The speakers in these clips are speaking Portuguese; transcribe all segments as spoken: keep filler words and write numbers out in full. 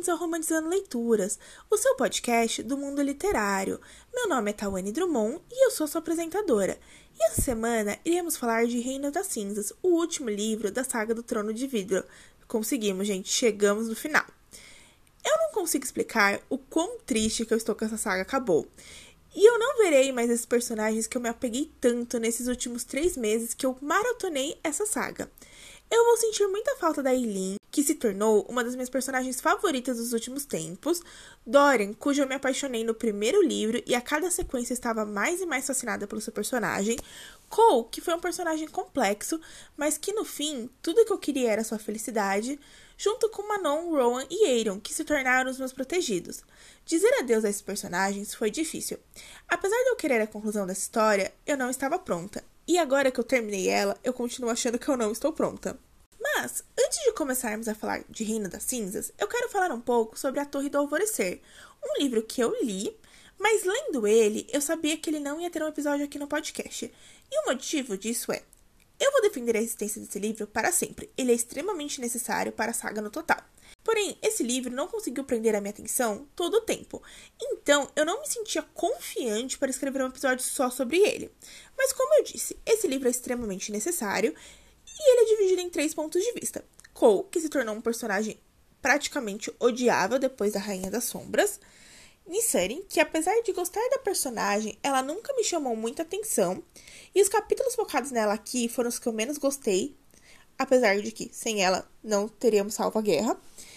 bem-vindos ao Romantizando Leituras, o seu podcast do mundo literário. Meu nome é Tawane Drummond e eu sou sua apresentadora. E essa semana iremos falar de Reino das Cinzas, o último livro da saga do Trono de Vidro. Conseguimos, gente, chegamos no final. Eu não consigo explicar o quão triste que eu estou que essa saga acabou. E eu não verei mais esses personagens que eu me apeguei tanto nesses últimos três meses que eu maratonei essa saga. Eu vou sentir muita falta da Eileen, que se tornou uma das minhas personagens favoritas dos últimos tempos, Dorian, cujo eu me apaixonei no primeiro livro e a cada sequência estava mais e mais fascinada pelo seu personagem, Cole, que foi um personagem complexo, mas que no fim, tudo que eu queria era sua felicidade, junto com Manon, Rowan e Aeron, que se tornaram os meus protegidos. Dizer adeus a esses personagens foi difícil. Apesar de eu querer a conclusão dessa história, eu não estava pronta. E agora que eu terminei ela, eu continuo achando que eu não estou pronta. Mas, antes de começarmos a falar de Reino das Cinzas, eu quero falar um pouco sobre A Torre do Alvorecer, um livro que eu li, mas lendo ele, eu sabia que ele não ia ter um episódio aqui no podcast. E o motivo disso é, eu vou defender a existência desse livro para sempre, ele é extremamente necessário para a saga no total. Porém, esse livro não conseguiu prender a minha atenção todo o tempo, então eu não me sentia confiante para escrever um episódio só sobre ele. Mas como eu disse, esse livro é extremamente necessário e ele é dividido em três pontos de vista. Cole, que se tornou um personagem praticamente odiável depois da Rainha das Sombras. Nyssari, que apesar de gostar da personagem, ela nunca me chamou muita atenção. E os capítulos focados nela aqui foram os que eu menos gostei, apesar de que sem ela não teríamos salvo a guerra.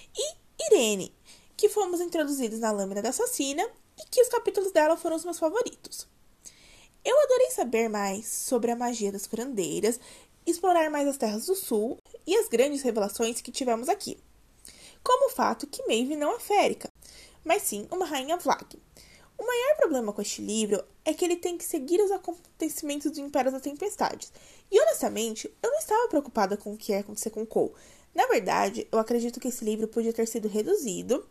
E Irene, que fomos introduzidos na Lâmina da Assassina e que os capítulos dela foram os meus favoritos. Eu adorei saber mais sobre a magia das curandeiras, explorar mais as terras do sul e as grandes revelações que tivemos aqui. Como o fato que Maeve não é férica, mas sim uma rainha Vlag. O maior problema com este livro é que ele tem que seguir os acontecimentos do Império das Tempestades. E honestamente, eu não estava preocupada com o que ia acontecer com Cole. Na verdade, eu acredito que esse livro podia ter sido reduzido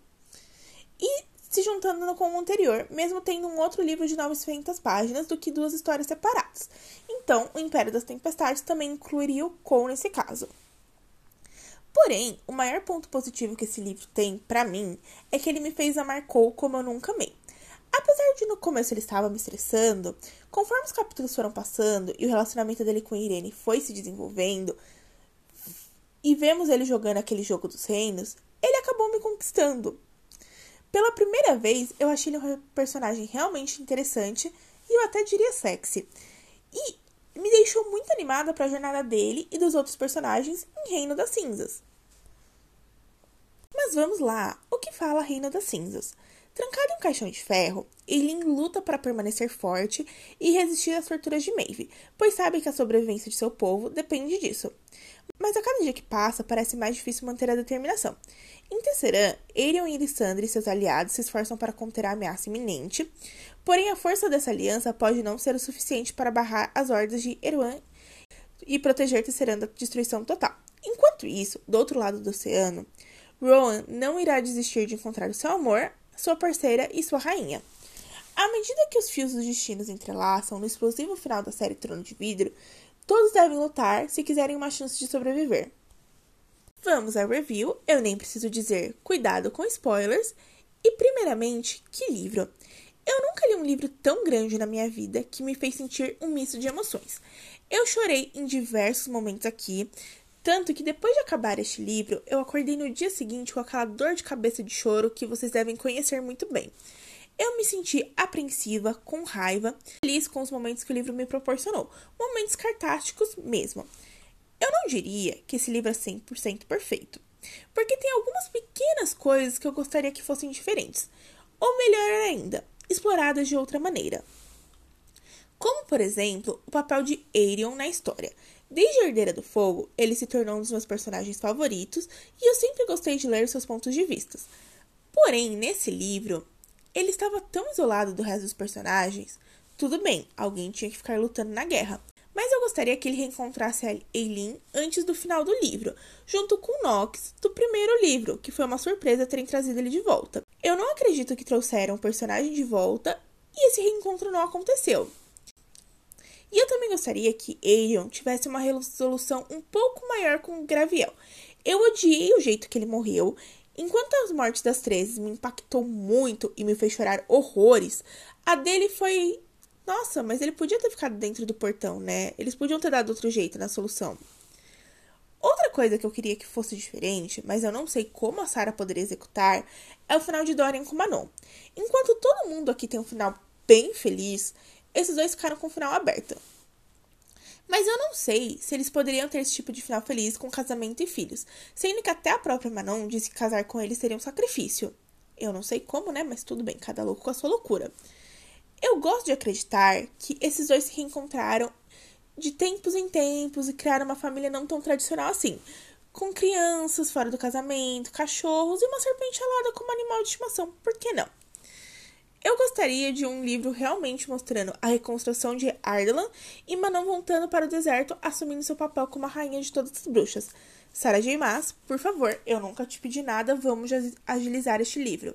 e se juntando com o anterior, mesmo tendo um outro livro de novecentas páginas do que duas histórias separadas. Então, o Império das Tempestades também incluiria o Cole nesse caso. Porém, o maior ponto positivo que esse livro tem, pra mim, é que ele me fez amar Cole como eu nunca amei. Apesar de no começo ele estava me estressando, conforme os capítulos foram passando e o relacionamento dele com Irene foi se desenvolvendo, e vemos ele jogando aquele jogo dos reinos, ele acabou me conquistando. Pela primeira vez, eu achei ele um personagem realmente interessante e eu até diria sexy. E me deixou muito animada para a jornada dele e dos outros personagens em Reino das Cinzas. Mas vamos lá, o que fala Reino das Cinzas? Trancado em um caixão de ferro, Eileen luta para permanecer forte e resistir às torturas de Maeve, pois sabe que a sobrevivência de seu povo depende disso. Mas a cada dia que passa, parece mais difícil manter a determinação. Em Tesserã, Aerion e Lysandre e seus aliados se esforçam para conter a ameaça iminente, porém a força dessa aliança pode não ser o suficiente para barrar as hordas de Erwan e proteger Tesserã da destruição total. Enquanto isso, do outro lado do oceano, Rowan não irá desistir de encontrar o seu amor, sua parceira e sua rainha. À medida que os fios dos destinos entrelaçam no explosivo final da série Trono de Vidro, todos devem lutar se quiserem uma chance de sobreviver. Vamos ao review, eu nem preciso dizer cuidado com spoilers. E primeiramente, que livro! Eu nunca li um livro tão grande na minha vida que me fez sentir um misto de emoções. Eu chorei em diversos momentos aqui, tanto que depois de acabar este livro, eu acordei no dia seguinte com aquela dor de cabeça de choro que vocês devem conhecer muito bem. Eu me senti apreensiva, com raiva, feliz com os momentos que o livro me proporcionou, momentos cartásticos mesmo. Eu não diria que esse livro é cem por cento perfeito, porque tem algumas pequenas coisas que eu gostaria que fossem diferentes, ou melhor ainda, exploradas de outra maneira. Como, por exemplo, o papel de Aerion na história. Desde a Herdeira do Fogo, ele se tornou um dos meus personagens favoritos e eu sempre gostei de ler seus pontos de vista. Porém, nesse livro, ele estava tão isolado do resto dos personagens. Tudo bem, alguém tinha que ficar lutando na guerra, mas eu gostaria que ele reencontrasse a Eileen antes do final do livro, junto com Nox do primeiro livro, que foi uma surpresa terem trazido ele de volta. Eu não acredito que trouxeram o personagem de volta e esse reencontro não aconteceu. E eu também gostaria que Aerion tivesse uma resolução um pouco maior com Graviel. Eu odiei o jeito que ele morreu, Enquanto as mortes das treze me impactou muito e me fez chorar horrores, a dele foi... Nossa, mas ele podia ter ficado dentro do portão, né? Eles podiam ter dado outro jeito na solução. Outra coisa que eu queria que fosse diferente, mas eu não sei como a Sarah poderia executar, é o final de Dorian com Manon. Enquanto todo mundo aqui tem um final bem feliz, esses dois ficaram com o final aberto. Mas eu não sei se eles poderiam ter esse tipo de final feliz com casamento e filhos, sendo que até a própria Manon disse que casar com ele seria um sacrifício. Eu não sei como, né? Mas tudo bem, cada louco com a sua loucura. Eu gosto de acreditar que esses dois se reencontraram de tempos em tempos e criaram uma família não tão tradicional assim, com crianças fora do casamento, cachorros e uma serpente alada como animal de estimação. Por que não? Eu gostaria de um livro realmente mostrando a reconstrução de Ardalan e Manon voltando para o deserto, assumindo seu papel como a rainha de todas as bruxas. Sarah J. Maas, por favor, eu nunca te pedi nada, vamos agilizar este livro.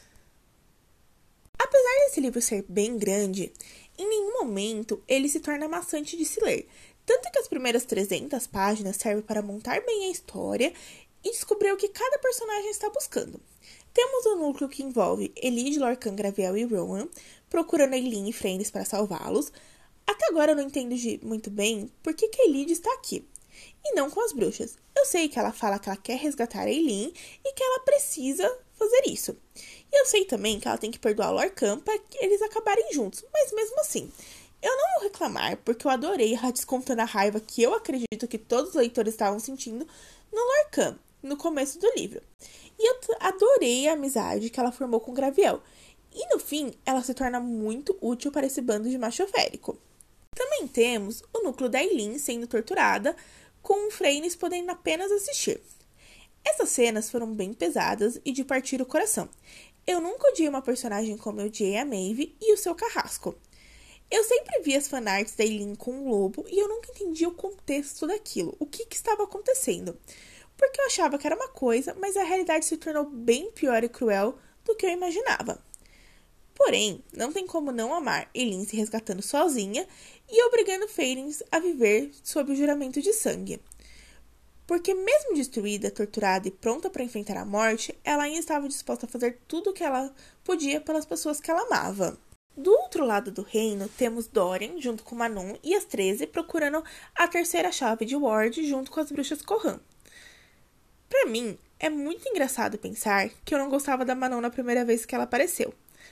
Apesar desse livro ser bem grande, em nenhum momento ele se torna maçante de se ler. Tanto que as primeiras trezentas páginas servem para montar bem a história e descobrir o que cada personagem está buscando. Temos um núcleo que envolve Elide, Lorcan, Graviel e Rowan, procurando Eileen e Freynes para salvá-los. Até agora eu não entendo muito bem por que que a Elide está aqui, e não com as bruxas. Eu sei que ela fala que ela quer resgatar a Eileen e que ela precisa fazer isso. E eu sei também que ela tem que perdoar o Lorcan para que eles acabarem juntos, mas mesmo assim, eu não vou reclamar, porque eu adorei ela descontando a raiva que eu acredito que todos os leitores estavam sentindo no Lorcan, no começo do livro. E eu adorei a amizade que ela formou com Graviel. E no fim, ela se torna muito útil para esse bando de macho férico. Também temos o núcleo da Eileen sendo torturada, com o Freynes podendo apenas assistir. Essas cenas foram bem pesadas e de partir o coração. Eu nunca odiei uma personagem como eu odiei a Maeve e o seu carrasco. Eu sempre vi as fanarts da Eileen com o lobo e eu nunca entendi o contexto daquilo, o que, que estava acontecendo. Porque eu achava que era uma coisa, mas a realidade se tornou bem pior e cruel do que eu imaginava. Porém, não tem como não amar Eileen se resgatando sozinha e obrigando Freynes a viver sob o juramento de sangue. Porque mesmo destruída, torturada e pronta para enfrentar a morte, ela ainda estava disposta a fazer tudo o que ela podia pelas pessoas que ela amava. Do outro lado do reino, temos Dorian, junto com Manon e as treze, procurando a terceira chave de Ward, junto com as bruxas Corran. Pra mim, é muito engraçado pensar que eu não gostava da Manon na primeira vez que ela apareceu.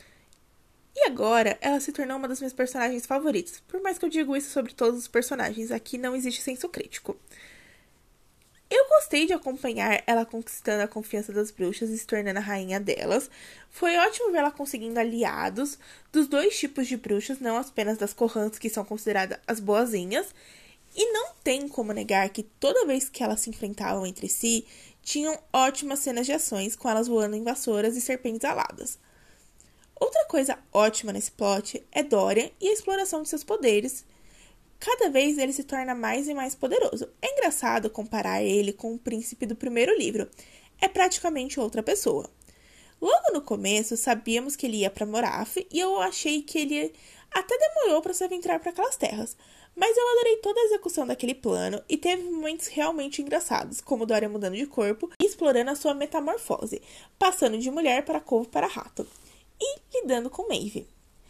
E agora, ela se tornou uma das minhas personagens favoritas. Por mais que eu diga isso sobre todos os personagens, aqui não existe senso crítico. Eu gostei de acompanhar ela conquistando a confiança das bruxas e se tornando a rainha delas. Foi ótimo ver ela conseguindo aliados dos dois tipos de bruxas, não apenas das Corrans, que são consideradas as boazinhas. E não tem como negar que toda vez que elas se enfrentavam entre si, tinham ótimas cenas de ações, com elas voando em vassouras e serpentes aladas. Outra coisa ótima nesse plot é Dorian e a exploração de seus poderes. Cada vez ele se torna mais e mais poderoso. É engraçado comparar ele com o príncipe do primeiro livro. É praticamente outra pessoa. Logo no começo, sabíamos que ele ia para Morath e eu achei que ele até demorou para se aventurar para aquelas terras. Mas eu adorei toda a execução daquele plano e teve momentos realmente engraçados, como Dorian mudando de corpo e explorando a sua metamorfose, passando de mulher para couve para rato, e lidando com Maeve.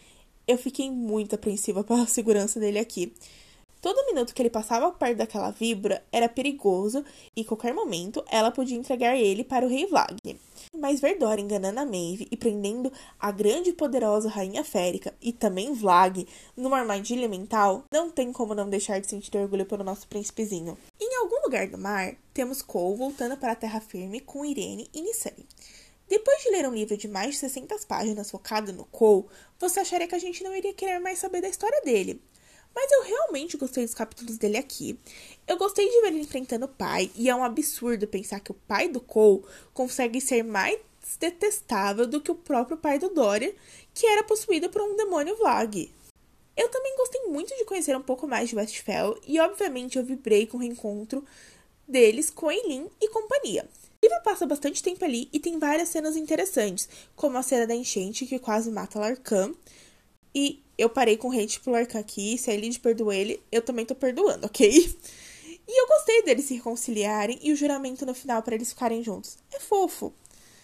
Eu fiquei muito apreensiva pela segurança dele aqui. Todo minuto que ele passava perto daquela víbora era perigoso e, em qualquer momento, ela podia entregar ele para o rei Vlag. Mas ver Dorian enganando a Maeve e prendendo a grande e poderosa rainha férica e também Vlag numa armadilha mental, não tem como não deixar de sentir orgulho pelo nosso príncipezinho. Em algum lugar do mar, temos Cole voltando para a terra firme com Irene e Nissane. Depois de ler um livro de mais de sessenta páginas focado no Cole, você acharia que a gente não iria querer mais saber da história dele. Mas eu realmente gostei dos capítulos dele aqui. Eu gostei de ver ele enfrentando o pai, e é um absurdo pensar que o pai do Cole consegue ser mais detestável do que o próprio pai do Dorian, que era possuído por um demônio Vlag. Eu também gostei muito de conhecer um pouco mais de Westphal, e obviamente eu vibrei com o reencontro deles com Eileen e companhia. O livro passa bastante tempo ali e tem várias cenas interessantes, como a cena da enchente que quase mata Lorcan. E eu parei com hate pro Lorcan aqui, se a Elide perdoou ele, eu também tô perdoando, ok? E eu gostei deles se reconciliarem e o juramento no final para eles ficarem juntos. É fofo.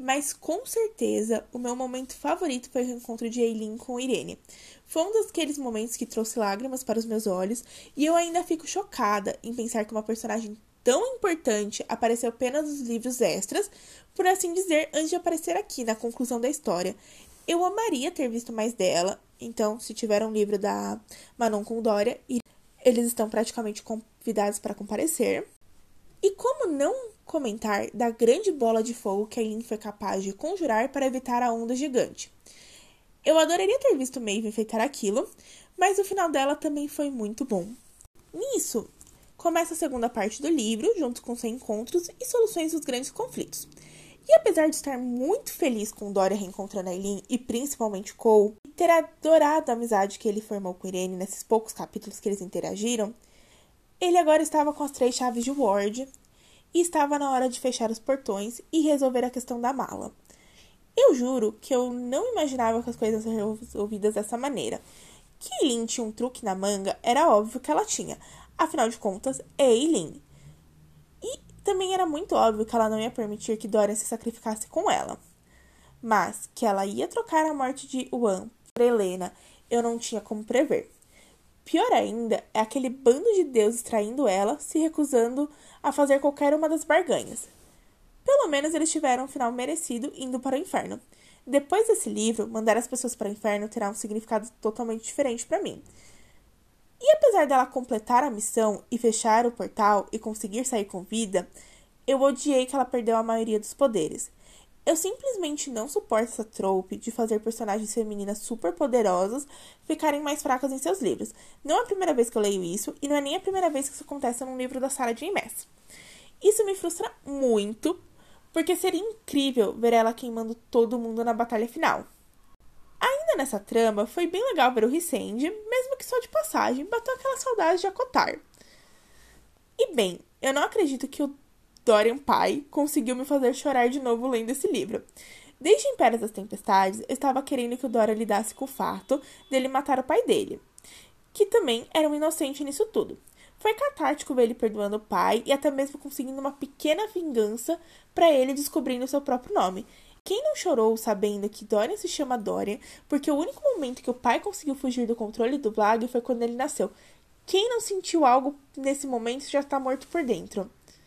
Mas com certeza o meu momento favorito foi o reencontro de Aylin com Irene. Foi um daqueles momentos que trouxe lágrimas para os meus olhos e eu ainda fico chocada em pensar que uma personagem tão importante apareceu apenas nos livros extras, por assim dizer, antes de aparecer aqui na conclusão da história. Eu amaria ter visto mais dela, então se tiver um livro da Manon com Doria, eles estão praticamente convidados para comparecer. E como não comentar da grande bola de fogo que Aylin foi capaz de conjurar para evitar a onda gigante. Eu adoraria ter visto Maeve enfeitar aquilo, mas o final dela também foi muito bom. Nisso, começa a segunda parte do livro, junto com seus encontros e soluções dos grandes conflitos. E apesar de estar muito feliz com Doria reencontrando Aylin e principalmente Cole, e ter adorado a amizade que ele formou com Irene nesses poucos capítulos que eles interagiram, ele agora estava com as três chaves de Ward e estava na hora de fechar os portões e resolver a questão da mala. Eu juro que eu não imaginava que as coisas seriam resolvidas dessa maneira. Que Aylin tinha um truque na manga, era óbvio que ela tinha. Afinal de contas, é Aylin. E também era muito óbvio que ela não ia permitir que Dorian se sacrificasse com ela. Mas que ela ia trocar a morte de Wan por Helena, eu não tinha como prever. Pior ainda é aquele bando de deuses traindo ela, se recusando a fazer qualquer uma das barganhas. Pelo menos eles tiveram um final merecido indo para o inferno. Depois desse livro, mandar as pessoas para o inferno terá um significado totalmente diferente para mim. E apesar dela completar a missão e fechar o portal e conseguir sair com vida, eu odiei que ela perdeu a maioria dos poderes. Eu simplesmente não suporto essa trope de fazer personagens femininas super poderosas ficarem mais fracas em seus livros. Não é a primeira vez que eu leio isso, e não é nem a primeira vez que isso acontece num livro da Sarah J. Maas. Isso me frustra muito, porque seria incrível ver ela queimando todo mundo na batalha final. Ainda nessa trama, foi bem legal ver o Rhysand, mesmo que só de passagem, bateu aquela saudade de Acotar. E bem, eu não acredito que o Dorian pai conseguiu me fazer chorar de novo lendo esse livro. Desde Império das Tempestades, eu estava querendo que o Dorian lidasse com o fato dele matar o pai dele, que também era um inocente nisso tudo. Foi catártico ver ele perdoando o pai e até mesmo conseguindo uma pequena vingança para ele descobrindo seu próprio nome. Quem não chorou sabendo que Dorian se chama Dorian, porque o único momento que o pai conseguiu fugir do controle do Blag foi quando ele nasceu. Quem não sentiu algo nesse momento já está morto por dentro.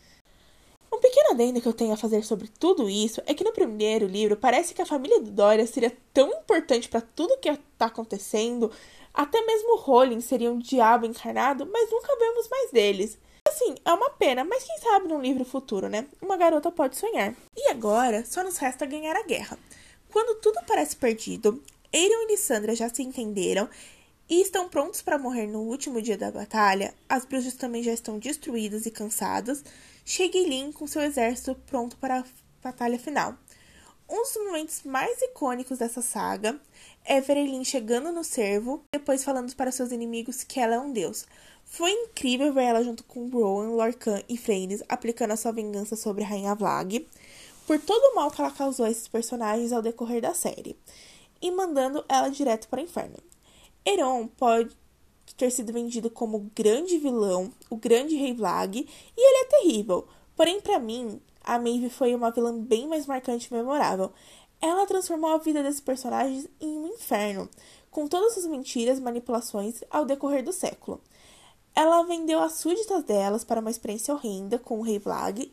Um pequeno adendo que eu tenho a fazer sobre tudo isso é que no primeiro livro parece que a família do Dorian seria tão importante para tudo que está acontecendo, até mesmo Rowling seria um diabo encarnado, mas nunca vemos mais deles. Assim, é uma pena, mas quem sabe num livro futuro, né? Uma garota pode sonhar. E agora, só nos resta ganhar a guerra. Quando tudo parece perdido, Aerion e Lysandra já se entenderam e estão prontos para morrer no último dia da batalha. As bruxas também já estão destruídas e cansadas. Chega Aylin com seu exército pronto para a batalha final. Um dos momentos mais icônicos dessa saga é ver Aylin chegando no cervo, depois falando para seus inimigos que ela é um deus. Foi incrível ver ela junto com Rowan, Lorcan e Freynes aplicando a sua vingança sobre a Rainha Vlag, por todo o mal que ela causou a esses personagens ao decorrer da série, e mandando ela direto para o inferno. Euron pode ter sido vendido como o grande vilão, o grande rei Vlag, e ele é terrível. Porém, para mim, a Maeve foi uma vilã bem mais marcante e memorável. Ela transformou a vida desses personagens em um inferno, com todas as mentiras e manipulações ao decorrer do século. Ela vendeu as súditas delas para uma experiência horrenda com o rei Vlag,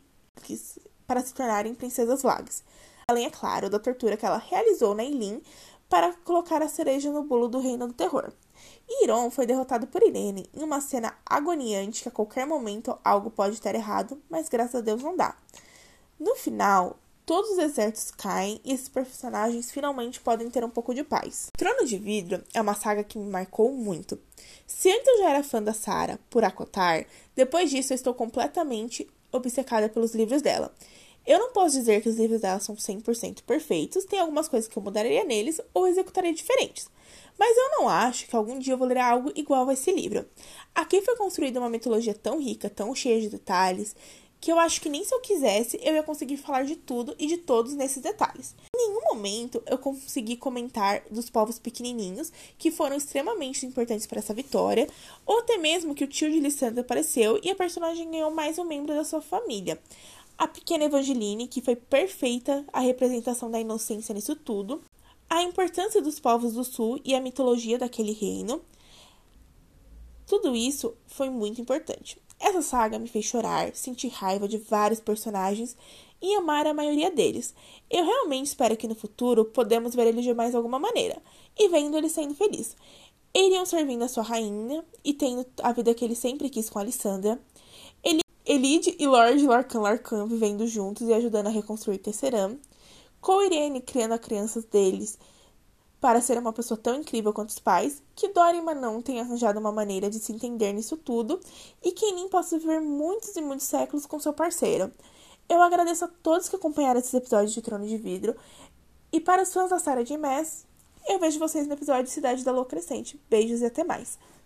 para se tornarem princesas Vlags. Além, é claro, da tortura que ela realizou na Aylin para colocar a cereja no bolo do Reino do Terror. Euron foi derrotado por Irene em uma cena agoniante que a qualquer momento algo pode estar errado, mas graças a Deus não dá. No final, todos os exércitos caem e esses personagens finalmente podem ter um pouco de paz. Trono de Vidro é uma saga que me marcou muito. Se antes eu já era fã da Sarah por Acotar, depois disso eu estou completamente obcecada pelos livros dela. Eu não posso dizer que os livros dela são cem por cento perfeitos, tem algumas coisas que eu mudaria neles ou executaria diferentes. Mas eu não acho que algum dia eu vou ler algo igual a esse livro. Aqui foi construída uma mitologia tão rica, tão cheia de detalhes, que eu acho que nem se eu quisesse, eu ia conseguir falar de tudo e de todos nesses detalhes. Em nenhum momento eu consegui comentar dos povos pequenininhos, que foram extremamente importantes para essa vitória, ou até mesmo que o tio de Lysandra apareceu e a personagem ganhou mais um membro da sua família. A pequena Evangeline, que foi perfeita a representação da inocência nisso tudo, a importância dos povos do sul e a mitologia daquele reino. Tudo isso foi muito importante. Essa saga me fez chorar, sentir raiva de vários personagens e amar a maioria deles. Eu realmente espero que no futuro podemos ver eles de mais alguma maneira, e vendo ele sendo feliz. Iriam servindo a sua rainha e tendo a vida que ele sempre quis com a Alessandra. Elide e Lord Lorcan Larcan vivendo juntos e ajudando a reconstruir Tesseram. Com Irene criando as crianças deles para ser uma pessoa tão incrível quanto os pais, que Dora e Manon tenham arranjado uma maneira de se entender nisso tudo, e que Nin possa viver muitos e muitos séculos com seu parceiro. Eu agradeço a todos que acompanharam esses episódios de Trono de Vidro, e para os fãs da Sarah J. Maas, eu vejo vocês no episódio de Cidade da Lua Crescente. Beijos e até mais!